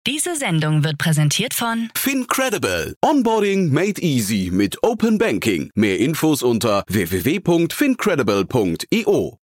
Diese Sendung wird präsentiert von FinCredible. Onboarding made easy mit Open Banking. Mehr Infos unter www.fincredible.io.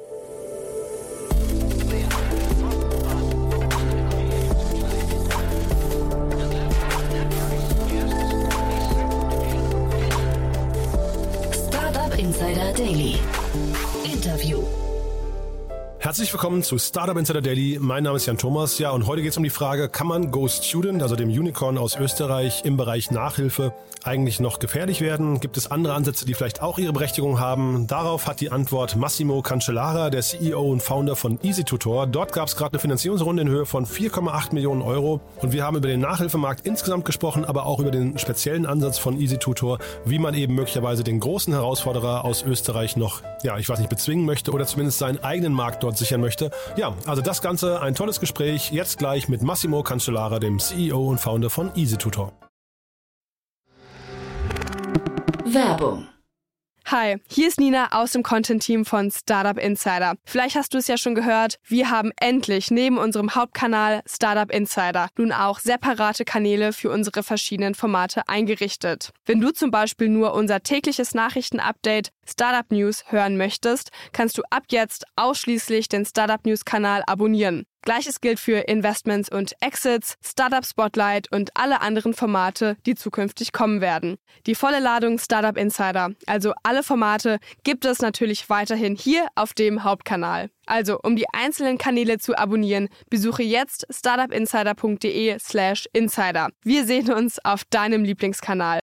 Startup Insider Daily. Interview. Herzlich willkommen zu Startup Insider Daily. Mein Name ist Jan Thomas. Ja, und heute geht es um die Frage, kann man GoStudent, also dem Unicorn aus Österreich, im Bereich Nachhilfe eigentlich noch gefährlich werden? Gibt es andere Ansätze, die vielleicht auch ihre Berechtigung haben? Darauf hat die Antwort Massimo Cancellara, der CEO und Founder von EasyTutor. Dort gab es gerade eine Finanzierungsrunde in Höhe von 4,8 Millionen Euro. Und wir haben über den Nachhilfemarkt insgesamt gesprochen, aber auch über den speziellen Ansatz von EasyTutor, wie man eben möglicherweise den großen Herausforderer aus Österreich noch, bezwingen möchte oder zumindest seinen eigenen Markt dort sichern möchte. Ja, also das Ganze, ein tolles Gespräch, jetzt gleich mit Massimo Cancellara, dem CEO und Founder von EasyTutor. Werbung. Hi, hier ist Nina aus dem Content-Team von Startup Insider. Vielleicht hast du es ja schon gehört, wir haben endlich neben unserem Hauptkanal Startup Insider nun auch separate Kanäle für unsere verschiedenen Formate eingerichtet. Wenn du zum Beispiel nur unser tägliches Nachrichtenupdate Startup News hören möchtest, kannst du ab jetzt ausschließlich den Startup News-Kanal abonnieren. Gleiches gilt für Investments und Exits, Startup Spotlight und alle anderen Formate, die zukünftig kommen werden. Die volle Ladung Startup Insider, also alle Formate, gibt es natürlich weiterhin hier auf dem Hauptkanal. Also, um die einzelnen Kanäle zu abonnieren, besuche jetzt startupinsider.de/insider. Wir sehen uns auf deinem Lieblingskanal.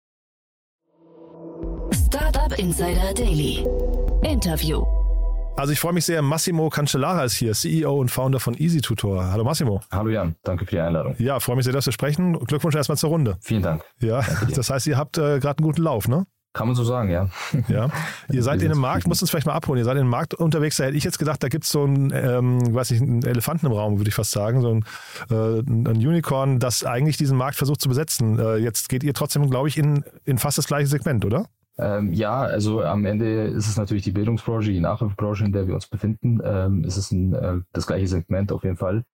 Startup Insider Daily. Interview. Also ich freue mich sehr, Massimo Cancellara ist hier, CEO und Founder von EasyTutor. Hallo Massimo. Hallo Jan, danke für die Einladung. Ja, freue mich sehr, dass wir sprechen. Glückwunsch erstmal zur Runde. Vielen Dank. Ja, das heißt, ihr habt gerade einen guten Lauf, ne? Kann man so sagen, ja. Ja. Ihr seid in einem Markt, musst uns vielleicht mal abholen, ihr seid in einem Markt unterwegs, da hätte ich jetzt gedacht, da gibt es so einen, einen Elefanten im Raum, würde ich fast sagen, so ein Unicorn, das eigentlich diesen Markt versucht zu besetzen. Jetzt geht ihr trotzdem, glaube ich, in fast das gleiche Segment, oder? Ja, also am Ende ist es natürlich die Bildungsbranche, die Nachhilfebranche, in der wir uns befinden. Es ist das gleiche Segment auf jeden Fall.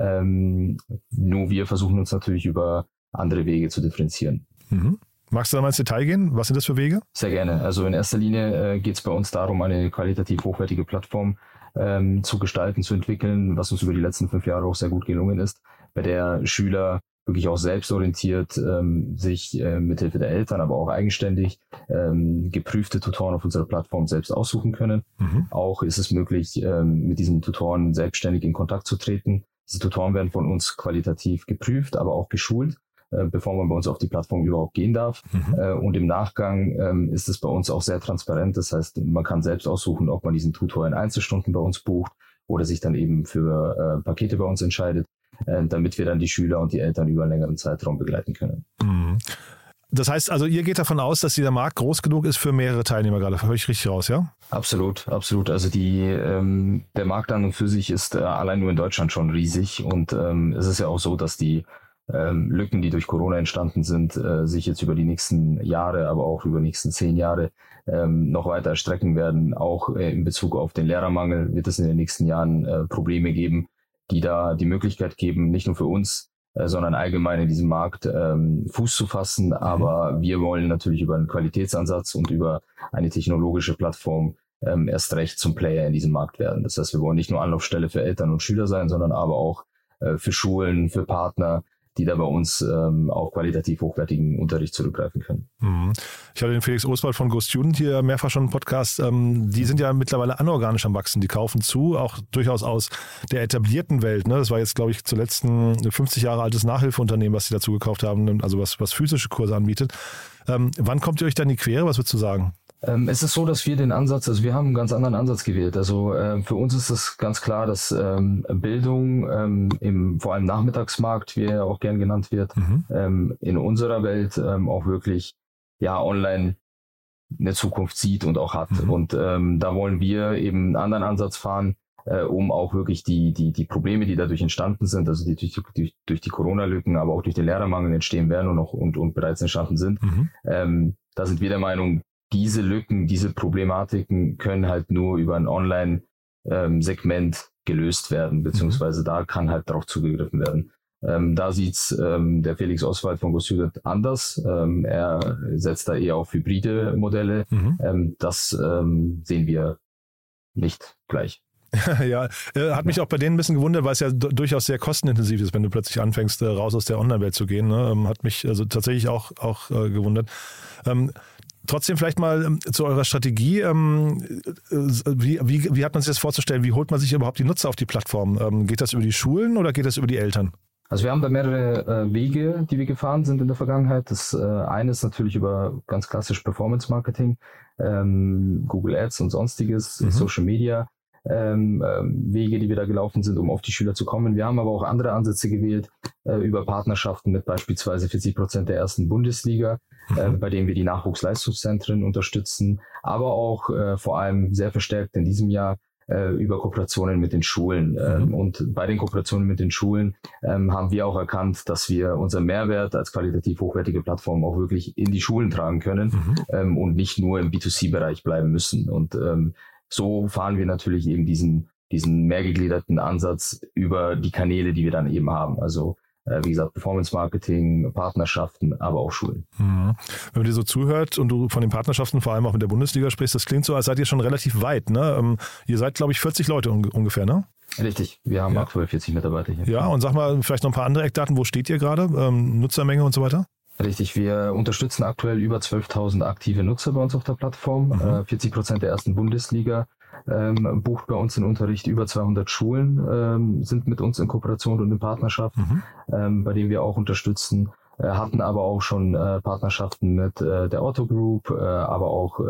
Nur wir versuchen uns natürlich über andere Wege zu differenzieren. Mhm. Magst du da mal ins Detail gehen? Was sind das für Wege? Sehr gerne. Also in erster Linie geht es bei uns darum, eine qualitativ hochwertige Plattform zu gestalten, zu entwickeln, was uns über die letzten 5 Jahre auch sehr gut gelungen ist, bei der Schüler wirklich auch selbstorientiert sich mithilfe der Eltern, aber auch eigenständig geprüfte Tutoren auf unserer Plattform selbst aussuchen können. Mhm. Auch ist es möglich, mit diesen Tutoren selbstständig in Kontakt zu treten. Diese Tutoren werden von uns qualitativ geprüft, aber auch geschult, bevor man bei uns auf die Plattform überhaupt gehen darf. Mhm. Und im Nachgang ist es bei uns auch sehr transparent. Das heißt, man kann selbst aussuchen, ob man diesen Tutor in Einzelstunden bei uns bucht oder sich dann eben für Pakete bei uns entscheidet, damit wir dann die Schüler und die Eltern über einen längeren Zeitraum begleiten können. Das heißt also, ihr geht davon aus, dass dieser Markt groß genug ist für mehrere Teilnehmer gerade. Höre ich richtig raus, ja? Absolut, absolut. Also der Markt an und für sich ist allein nur in Deutschland schon riesig. Und es ist ja auch so, dass die Lücken, die durch Corona entstanden sind, sich jetzt über die nächsten Jahre, aber auch über die nächsten 10 Jahre noch weiter erstrecken werden. Auch in Bezug auf den Lehrermangel wird es in den nächsten Jahren Probleme geben, die da die Möglichkeit geben, nicht nur für uns, sondern allgemein in diesem Markt Fuß zu fassen. Aber wir wollen natürlich über einen Qualitätsansatz und über eine technologische Plattform erst recht zum Player in diesem Markt werden. Das heißt, wir wollen nicht nur Anlaufstelle für Eltern und Schüler sein, sondern aber auch für Schulen, für Partner, die da bei uns auf qualitativ hochwertigen Unterricht zurückgreifen können. Ich hatte den Felix Oswald von GoStudent hier mehrfach schon im Podcast. Die sind ja mittlerweile anorganisch am Wachsen. Die kaufen zu, auch durchaus aus der etablierten Welt. Ne? Das war jetzt, glaube ich, zuletzt ein 50 Jahre altes Nachhilfeunternehmen, was sie dazu gekauft haben, also was physische Kurse anbietet. Wann kommt ihr euch dann in die Quere? Was würdest du sagen? Es ist so, dass wir wir haben einen ganz anderen Ansatz gewählt. Also für uns ist es ganz klar, dass Bildung im vor allem Nachmittagsmarkt, wie er auch gern genannt wird, in unserer Welt auch wirklich online eine Zukunft sieht und auch hat. Und da wollen wir eben einen anderen Ansatz fahren, um auch wirklich die Probleme, die dadurch entstanden sind, also die durch die Corona-Lücken, aber auch durch den Lehrermangel entstehen werden und bereits entstanden sind. Da sind wir der Meinung, diese Lücken, diese Problematiken können halt nur über ein Online-Segment gelöst werden, beziehungsweise da kann halt darauf zugegriffen werden. Da sieht's der Felix Oswald von GoStudent anders. Er setzt da eher auf hybride Modelle. Das sehen wir nicht gleich. Ja, hat mich auch bei denen ein bisschen gewundert, weil es ja durchaus sehr kostenintensiv ist, wenn du plötzlich anfängst, raus aus der Online-Welt zu gehen. Ne? Hat mich also tatsächlich auch gewundert. Trotzdem vielleicht mal zu eurer Strategie. Wie hat man sich das vorzustellen? Wie holt man sich überhaupt die Nutzer auf die Plattform? Geht das über die Schulen oder geht das über die Eltern? Also wir haben da mehrere Wege, die wir gefahren sind in der Vergangenheit. Das eine ist natürlich über ganz klassisch Performance-Marketing, Google Ads und sonstiges, Social Media. Wege, die wir da gelaufen sind, um auf die Schüler zu kommen. Wir haben aber auch andere Ansätze gewählt, über Partnerschaften mit beispielsweise 40% der ersten Bundesliga, bei denen wir die Nachwuchsleistungszentren unterstützen, aber auch vor allem sehr verstärkt in diesem Jahr über Kooperationen mit den Schulen. Und bei den Kooperationen mit den Schulen haben wir auch erkannt, dass wir unseren Mehrwert als qualitativ hochwertige Plattform auch wirklich in die Schulen tragen können und nicht nur im B2C-Bereich bleiben müssen. Und so fahren wir natürlich eben diesen mehrgegliederten Ansatz über die Kanäle, die wir dann eben haben. Also wie gesagt, Performance-Marketing, Partnerschaften, aber auch Schulen. Wenn man dir so zuhört und du von den Partnerschaften vor allem auch mit der Bundesliga sprichst, das klingt so, als seid ihr schon relativ weit. Ne? Ihr seid, glaube ich, 40 Leute ungefähr, ne? Richtig, wir haben aktuell 40 Mitarbeiter hier. Ja, und sag mal vielleicht noch ein paar andere Eckdaten. Wo steht ihr gerade? Nutzermenge und so weiter? Richtig, wir unterstützen aktuell über 12.000 aktive Nutzer bei uns auf der Plattform. 40% der ersten Bundesliga bucht bei uns den Unterricht. Über 200 Schulen sind mit uns in Kooperation und in Partnerschaft, bei denen wir auch unterstützen. Hatten aber auch schon Partnerschaften mit der Otto Group, aber auch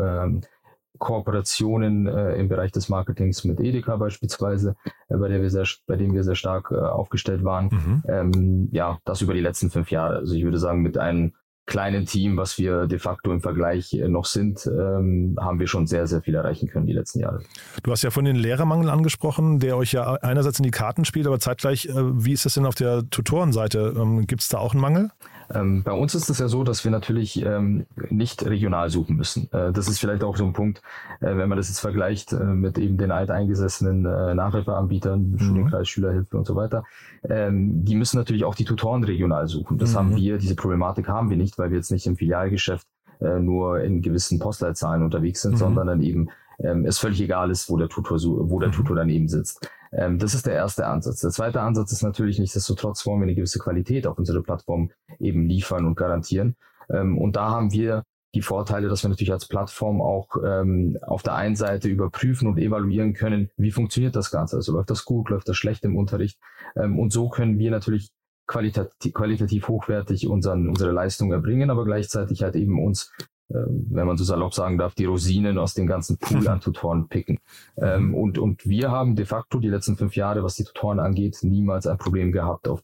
Kooperationen im Bereich des Marketings mit Edeka beispielsweise, bei denen wir sehr stark aufgestellt waren. Ja, das über die letzten 5 Jahre. Also ich würde sagen, mit einem kleinen Team, was wir de facto im Vergleich noch sind, haben wir schon sehr, sehr viel erreichen können die letzten Jahre. Du hast ja von den Lehrermangel angesprochen, der euch ja einerseits in die Karten spielt, aber zeitgleich, wie ist das denn auf der Tutorenseite? Gibt es da auch einen Mangel? Bei uns ist es ja so, dass wir natürlich nicht regional suchen müssen. Das ist vielleicht auch so ein Punkt, wenn man das jetzt vergleicht mit eben den alteingesessenen Nachhilfeanbietern, Studienkreis, Schülerhilfe und so weiter. Die müssen natürlich auch die Tutoren regional suchen. Das haben wir, diese Problematik haben wir nicht, weil wir jetzt nicht im Filialgeschäft nur in gewissen Postleitzahlen unterwegs sind, sondern dann eben es völlig egal ist, wo der Tutor dann eben sitzt. Das ist der erste Ansatz. Der zweite Ansatz ist natürlich, nichtsdestotrotz wollen wir eine gewisse Qualität auf unsere Plattform eben liefern und garantieren. Und da haben wir die Vorteile, dass wir natürlich als Plattform auch auf der einen Seite überprüfen und evaluieren können, wie funktioniert das Ganze. Also läuft das gut, läuft das schlecht im Unterricht. Und so können wir natürlich qualitativ hochwertig unsere Leistung erbringen, aber gleichzeitig halt eben uns, wenn man so salopp sagen darf, die Rosinen aus dem ganzen Pool an Tutoren picken. Und wir haben de facto die letzten 5 Jahre, was die Tutoren angeht, niemals ein Problem gehabt, auf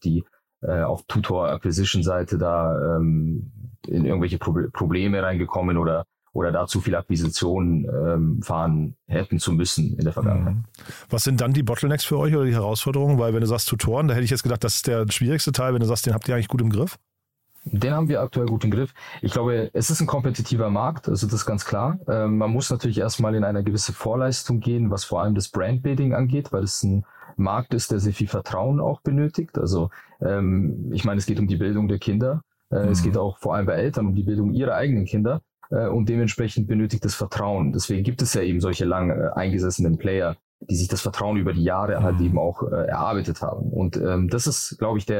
Tutor-Acquisition-Seite da in irgendwelche Probleme reingekommen oder da zu viel Akquisition fahren hätten zu müssen in der Vergangenheit. Was sind dann die Bottlenecks für euch oder die Herausforderungen? Weil wenn du sagst Tutoren, da hätte ich jetzt gedacht, das ist der schwierigste Teil. Wenn du sagst, den habt ihr eigentlich gut im Griff? Den haben wir aktuell gut im Griff. Ich glaube, es ist ein kompetitiver Markt, also das ist ganz klar. Man muss natürlich erstmal in eine gewisse Vorleistung gehen, was vor allem das Brandbuilding angeht, weil es ein Markt ist, der sehr viel Vertrauen auch benötigt. Also ich meine, es geht um die Bildung der Kinder. Es geht auch vor allem bei Eltern um die Bildung ihrer eigenen Kinder und dementsprechend benötigt es Vertrauen. Deswegen gibt es ja eben solche lang eingesessenen Player, die sich das Vertrauen über die Jahre halt eben auch erarbeitet haben. Und das ist, glaube ich,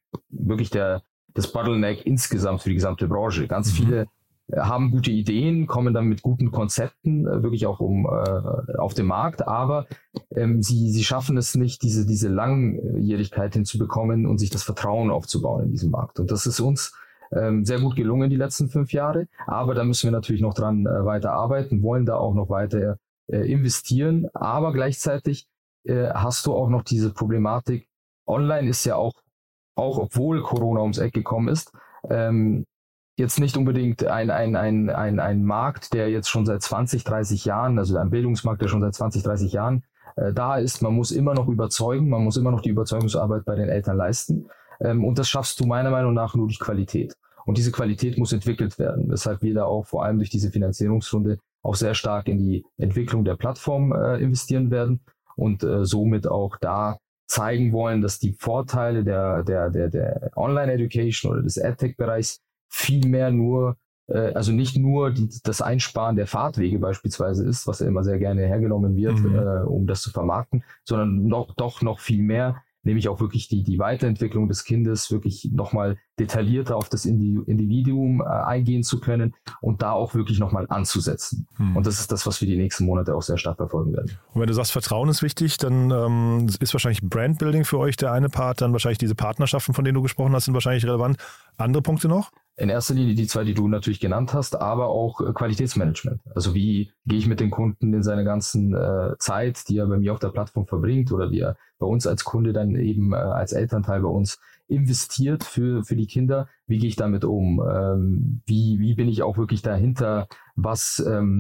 das Bottleneck insgesamt für die gesamte Branche. Ganz viele haben gute Ideen, kommen dann mit guten Konzepten wirklich auch auf den Markt, aber sie schaffen es nicht, diese Langjährigkeit hinzubekommen und sich das Vertrauen aufzubauen in diesem Markt. Und das ist uns sehr gut gelungen die letzten 5 Jahre, aber da müssen wir natürlich noch dran weiter arbeiten, wollen da auch noch weiter investieren, aber gleichzeitig hast du auch noch diese Problematik, online ist ja auch obwohl Corona ums Eck gekommen ist, jetzt nicht unbedingt ein Markt, der jetzt schon seit 20, 30 Jahren, also ein Bildungsmarkt, der schon seit 20, 30 Jahren da ist. Man muss immer noch überzeugen, man muss immer noch die Überzeugungsarbeit bei den Eltern leisten. Und das schaffst du meiner Meinung nach nur durch Qualität. Und diese Qualität muss entwickelt werden, weshalb wir da auch vor allem durch diese Finanzierungsrunde auch sehr stark in die Entwicklung der Plattform investieren werden und somit auch da zeigen wollen, dass die Vorteile der Online-Education oder des EdTech-Bereichs viel mehr nur, also nicht nur das Einsparen der Fahrtwege beispielsweise ist, was ja immer sehr gerne hergenommen wird, um das zu vermarkten, sondern doch noch viel mehr, nämlich auch wirklich die Weiterentwicklung des Kindes wirklich nochmal detaillierter auf das Individuum eingehen zu können und da auch wirklich nochmal anzusetzen. Und das ist das, was wir die nächsten Monate auch sehr stark verfolgen werden. Und wenn du sagst, Vertrauen ist wichtig, dann ist wahrscheinlich Brandbuilding für euch der eine Part, dann wahrscheinlich diese Partnerschaften, von denen du gesprochen hast, sind wahrscheinlich relevant. Andere Punkte noch? In erster Linie die zwei, die du natürlich genannt hast, aber auch Qualitätsmanagement. Also wie gehe ich mit den Kunden in seiner ganzen Zeit, die er bei mir auf der Plattform verbringt oder die er bei uns als Kunde dann eben als Elternteil bei uns investiert für die Kinder. Wie gehe ich damit um? Wie bin ich auch wirklich dahinter, was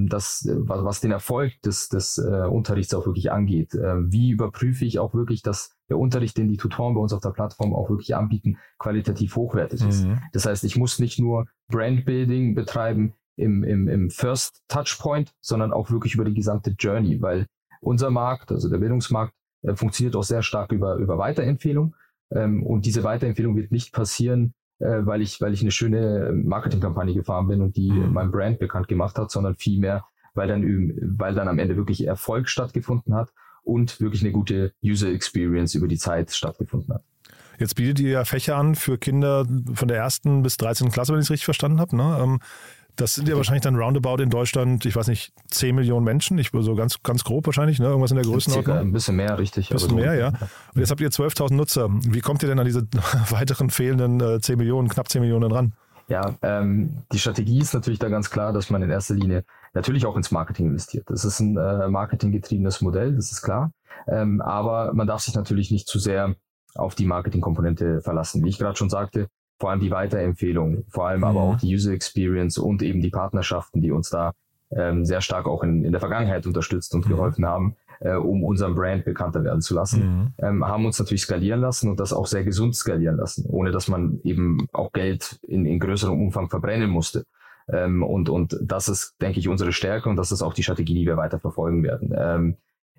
den Erfolg des Unterrichts auch wirklich angeht? Wie überprüfe ich auch wirklich, dass der Unterricht, den die Tutoren bei uns auf der Plattform auch wirklich anbieten, qualitativ hochwertig ist? Das heißt, ich muss nicht nur Brandbuilding betreiben im First Touchpoint, sondern auch wirklich über die gesamte Journey, weil unser Markt, also der Bildungsmarkt, funktioniert auch sehr stark über Weiterempfehlung. Und diese Weiterempfehlung wird nicht passieren, weil ich eine schöne Marketingkampagne gefahren bin und die mein Brand bekannt gemacht hat, sondern vielmehr, weil dann am Ende wirklich Erfolg stattgefunden hat und wirklich eine gute User Experience über die Zeit stattgefunden hat. Jetzt bietet ihr ja Fächer an für Kinder von der 1. bis 13. Klasse, wenn ich es richtig verstanden habe, ne? Das sind ja wahrscheinlich dann roundabout in Deutschland, ich weiß nicht, 10 Millionen Menschen, so ganz grob wahrscheinlich, ne? Irgendwas in der Größenordnung. Ein bisschen mehr, richtig. Ein bisschen mehr, ja. Und jetzt habt ihr 12.000 Nutzer. Wie kommt ihr denn an diese weiteren fehlenden 10 Millionen, knapp 10 Millionen ran? Ja, die Strategie ist natürlich da ganz klar, dass man in erster Linie natürlich auch ins Marketing investiert. Das ist ein marketinggetriebenes Modell, das ist klar. Aber man darf sich natürlich nicht zu sehr auf die Marketingkomponente verlassen. Wie ich gerade schon sagte, vor allem die Weiterempfehlung, vor allem aber auch die User Experience und eben die Partnerschaften, die uns da sehr stark auch in der Vergangenheit unterstützt und geholfen haben, um unseren Brand bekannter werden zu lassen, haben uns natürlich skalieren lassen und das auch sehr gesund skalieren lassen, ohne dass man eben auch Geld in größerem Umfang verbrennen musste. Und das ist, denke ich, unsere Stärke und das ist auch die Strategie, die wir weiter verfolgen werden.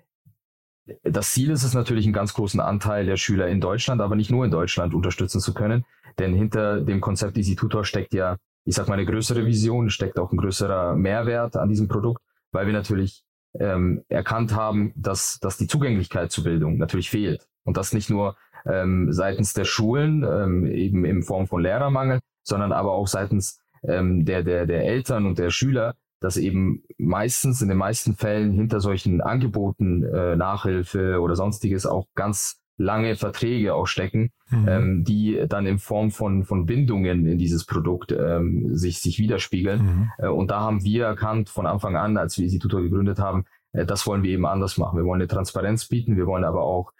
Das Ziel ist es natürlich, einen ganz großen Anteil der Schüler in Deutschland, aber nicht nur in Deutschland unterstützen zu können, denn hinter dem Konzept Easy Tutor steckt ja, ich sag mal, eine größere Vision, steckt auch ein größerer Mehrwert an diesem Produkt, weil wir natürlich erkannt haben, dass die Zugänglichkeit zur Bildung natürlich fehlt und das nicht nur seitens der Schulen, eben in Form von Lehrermangel, sondern aber auch seitens der Eltern und der Schüler, dass eben in den meisten Fällen hinter solchen Angeboten, Nachhilfe oder sonstiges auch ganz lange Verträge auch stecken, die dann in Form von Bindungen in dieses Produkt sich widerspiegeln. Und da haben wir erkannt von Anfang an, als wir Easy Tutor gegründet haben, das wollen wir eben anders machen. Wir wollen eine Transparenz bieten, wir wollen aber auch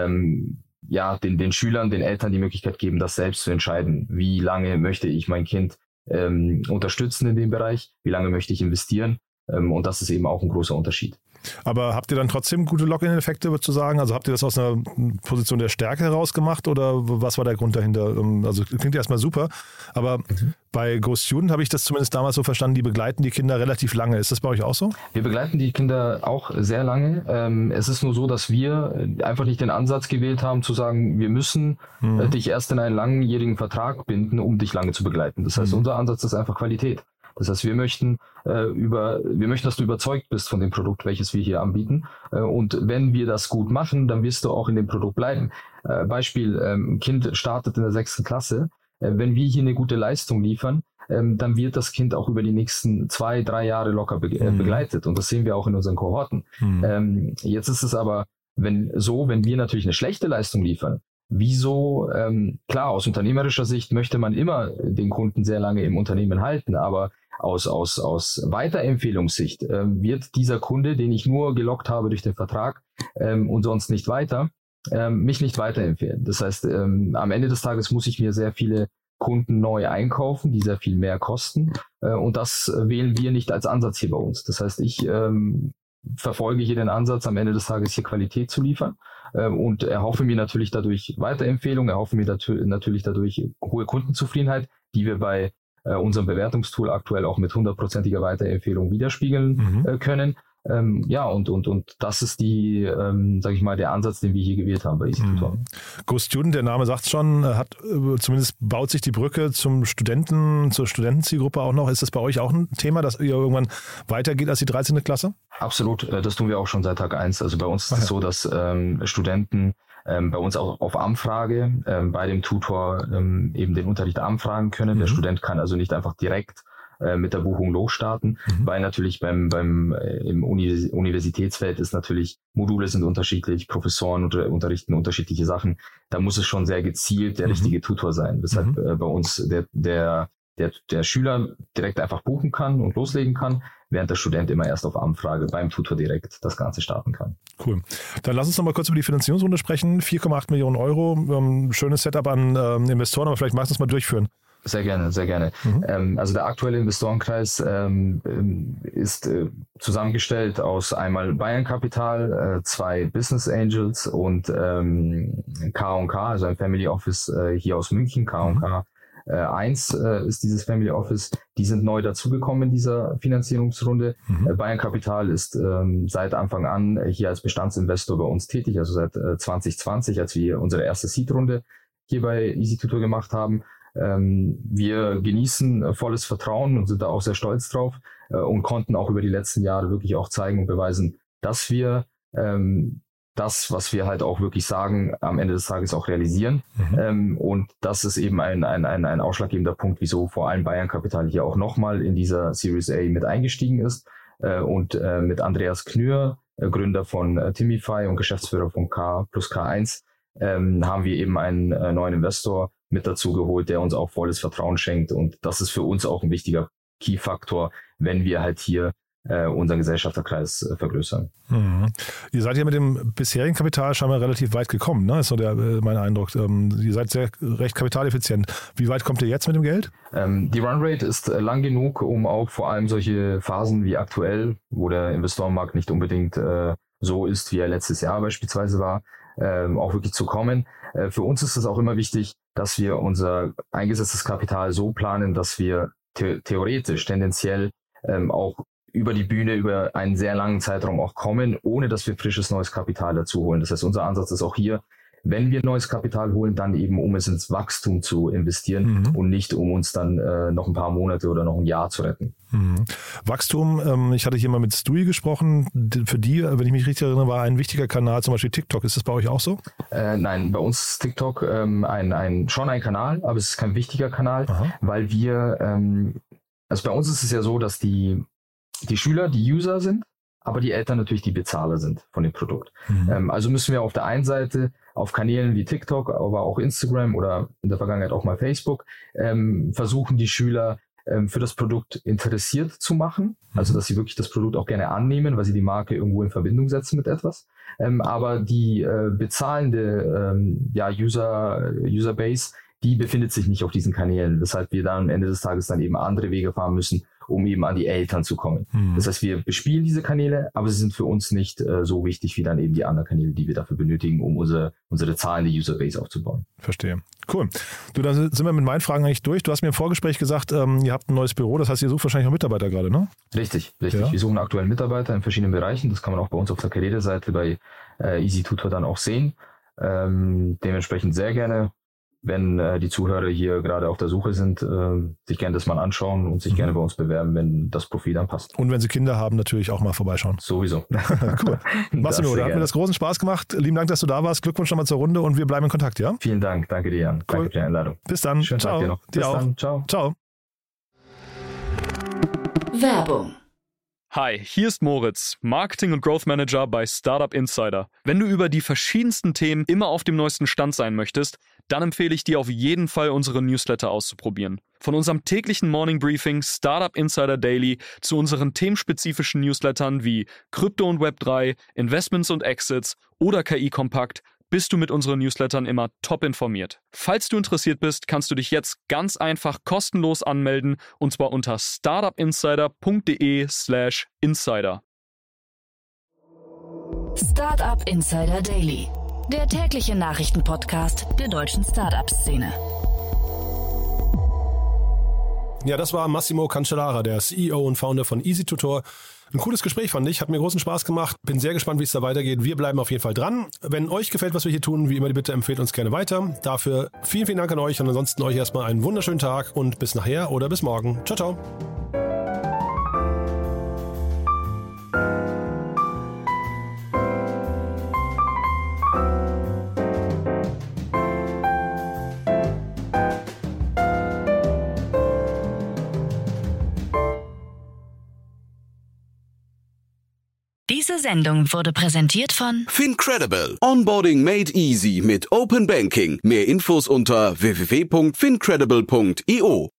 den Schülern, den Eltern die Möglichkeit geben, das selbst zu entscheiden. Wie lange möchte ich mein Kind unterstützen in dem Bereich, wie lange möchte ich investieren, und das ist eben auch ein großer Unterschied. Aber habt ihr dann trotzdem gute Login-Effekte, würdest du sagen? Also habt ihr das aus einer Position der Stärke heraus gemacht oder was war der Grund dahinter? Also klingt erstmal super, aber bei GoStudent habe ich das zumindest damals so verstanden, die begleiten die Kinder relativ lange. Ist das bei euch auch so? Wir begleiten die Kinder auch sehr lange. Es ist nur so, dass wir einfach nicht den Ansatz gewählt haben, zu sagen, wir müssen dich erst in einen langjährigen Vertrag binden, um dich lange zu begleiten. Das heißt, unser Ansatz ist einfach Qualität. Das heißt, wir möchten, dass du überzeugt bist von dem Produkt, welches wir hier anbieten. Und wenn wir das gut machen, dann wirst du auch in dem Produkt bleiben. Beispiel, ein Kind startet in der 6. Klasse. Wenn wir hier eine gute Leistung liefern, dann wird das Kind auch über die nächsten 2-3 Jahre locker begleitet. Und das sehen wir auch in unseren Kohorten. Jetzt ist es aber, wenn wir natürlich eine schlechte Leistung liefern, wieso, klar, aus unternehmerischer Sicht möchte man immer den Kunden sehr lange im Unternehmen halten, aber aus Weiterempfehlungssicht wird dieser Kunde, den ich nur gelockt habe durch den Vertrag und sonst nicht weiter, mich nicht weiterempfehlen. Das heißt, am Ende des Tages muss ich mir sehr viele Kunden neu einkaufen, die sehr viel mehr kosten, und das wählen wir nicht als Ansatz hier bei uns. Das heißt, ich verfolge hier den Ansatz, am Ende des Tages hier Qualität zu liefern und erhoffe mir natürlich dadurch Weiterempfehlungen, erhoffe mir natürlich dadurch hohe Kundenzufriedenheit, die wir bei unserem Bewertungstool aktuell auch mit 100%iger Weiterempfehlung widerspiegeln können. Und das ist sage ich mal, der Ansatz, den wir hier gewählt haben bei Easy Tutor. GoStudent, der Name sagt schon, zumindest baut sich die Brücke zur Studentenzielgruppe auch noch. Ist das bei euch auch ein Thema, dass ihr irgendwann weitergeht als die 13. Klasse? Absolut, das tun wir auch schon seit Tag 1. Also bei uns ist es so, dass Studenten bei uns auch auf Anfrage bei dem Tutor eben den Unterricht anfragen können. Der Student kann also nicht einfach direkt mit der Buchung losstarten, weil natürlich im Universitätsfeld ist natürlich, Module sind unterschiedlich, Professoren unterrichten unterschiedliche Sachen. Da muss es schon sehr gezielt der richtige Tutor sein, weshalb bei uns der Schüler direkt einfach buchen kann und loslegen kann, während der Student immer erst auf Anfrage beim Tutor direkt das Ganze starten kann. Cool. Dann lass uns noch mal kurz über die Finanzierungsrunde sprechen. 4,8 Millionen Euro, schönes Setup an Investoren, aber vielleicht magst du es mal durchführen. Sehr gerne, sehr gerne. Also der aktuelle Investorenkreis ist zusammengestellt aus einmal Bayern Capital, 2 Business Angels und K&K, also ein Family Office hier aus München, K&K 1 ist dieses Family Office. Die sind neu dazugekommen in dieser Finanzierungsrunde. Bayern Capital ist seit Anfang an hier als Bestandsinvestor bei uns tätig, also seit 2020, als wir unsere erste Seed-Runde hier bei Easy Tutor gemacht haben. Wir genießen volles Vertrauen und sind da auch sehr stolz drauf und konnten auch über die letzten Jahre wirklich auch zeigen und beweisen, dass wir das, was wir halt auch wirklich sagen, am Ende des Tages auch realisieren. Und das ist eben ein ausschlaggebender Punkt, wieso vor allem Bayern Capital hier auch nochmal in dieser Series A mit eingestiegen ist. Und mit Andreas Knür, Gründer von Timify und Geschäftsführer von K+K1, haben wir eben einen neuen Investor mit dazu geholt, der uns auch volles Vertrauen schenkt. Und das ist für uns auch ein wichtiger Key-Faktor, wenn wir halt hier unseren Gesellschafterkreis vergrößern. Ihr seid ja mit dem bisherigen Kapital scheinbar relativ weit gekommen, ne? Ist so mein Eindruck. Ihr seid recht kapitaleffizient. Wie weit kommt ihr jetzt mit dem Geld? Die Runrate ist lang genug, um auch vor allem solche Phasen wie aktuell, wo der Investorenmarkt nicht unbedingt so ist, wie er letztes Jahr beispielsweise war, auch wirklich zu kommen. Für uns ist es auch immer wichtig, dass wir unser eingesetztes Kapital so planen, dass wir theoretisch, tendenziell auch über die Bühne, über einen sehr langen Zeitraum auch kommen, ohne dass wir frisches neues Kapital dazu holen. Das heißt, unser Ansatz ist auch hier, wenn wir neues Kapital holen, dann eben, um es ins Wachstum zu investieren und nicht, um uns dann noch ein paar Monate oder noch ein Jahr zu retten. Wachstum, ich hatte hier mal mit Stewie gesprochen. Für die, wenn ich mich richtig erinnere, war ein wichtiger Kanal zum Beispiel TikTok. Ist das bei euch auch so? Nein, bei uns ist TikTok schon ein Kanal, aber es ist kein wichtiger Kanal, weil wir, also bei uns ist es ja so, dass die Schüler die User sind, aber die Eltern natürlich die Bezahler sind von dem Produkt. Also müssen wir auf der einen Seite auf Kanälen wie TikTok, aber auch Instagram oder in der Vergangenheit auch mal Facebook versuchen, die Schüler für das Produkt interessiert zu machen. Also dass sie wirklich das Produkt auch gerne annehmen, weil sie die Marke irgendwo in Verbindung setzen mit etwas. Aber die bezahlende Userbase, die befindet sich nicht auf diesen Kanälen, weshalb wir dann am Ende des Tages dann eben andere Wege fahren müssen, um eben an die Eltern zu kommen. Das heißt, wir bespielen diese Kanäle, aber sie sind für uns nicht so wichtig wie dann eben die anderen Kanäle, die wir dafür benötigen, um unsere zahlende Userbase aufzubauen. Verstehe. Cool. Du, dann sind wir mit meinen Fragen eigentlich durch. Du hast mir im Vorgespräch gesagt, ihr habt ein neues Büro, das heißt, ihr sucht wahrscheinlich auch Mitarbeiter gerade, ne? Richtig. Ja. Wir suchen aktuell Mitarbeiter in verschiedenen Bereichen. Das kann man auch bei uns auf der Karriereseite bei Easy Tutor dann auch sehen. Dementsprechend sehr gerne, wenn die Zuhörer hier gerade auf der Suche sind, sich gerne das mal anschauen und sich gerne bei uns bewerben, wenn das Profil dann passt. Und wenn sie Kinder haben, natürlich auch mal vorbeischauen. Sowieso. Cool. Massimo, da hat mir das großen Spaß gemacht. Lieben Dank, dass du da warst. Glückwunsch nochmal zur Runde und wir bleiben in Kontakt, ja? Vielen Dank. Danke dir, Jan. Cool. Danke für die Einladung. Bis dann. Schönen Ciao. Tag dir noch. Dir auch. Dann. Ciao. Ciao. Werbung. Hi, hier ist Moritz, Marketing- und Growth Manager bei Startup Insider. Wenn du über die verschiedensten Themen immer auf dem neuesten Stand sein möchtest, dann empfehle ich dir auf jeden Fall, unsere Newsletter auszuprobieren. Von unserem täglichen Morning Briefing Startup Insider Daily zu unseren themenspezifischen Newslettern wie Krypto und Web3, Investments und Exits oder KI Kompakt, bist du mit unseren Newslettern immer top informiert. Falls du interessiert bist, kannst du dich jetzt ganz einfach kostenlos anmelden und zwar unter startupinsider.de/insider. Startup Insider Daily, der tägliche Nachrichtenpodcast der deutschen Startup-Szene. Ja, das war Massimo Cancellara, der CEO und Founder von Easy Tutor. Ein cooles Gespräch fand ich, hat mir großen Spaß gemacht. Bin sehr gespannt, wie es da weitergeht. Wir bleiben auf jeden Fall dran. Wenn euch gefällt, was wir hier tun, wie immer die Bitte, empfehlt uns gerne weiter. Dafür vielen, vielen Dank an euch und ansonsten euch erstmal einen wunderschönen Tag und bis nachher oder bis morgen. Ciao, ciao. Diese Sendung wurde präsentiert von Fincredible. Onboarding made easy mit Open Banking. Mehr Infos unter www.fincredible.io.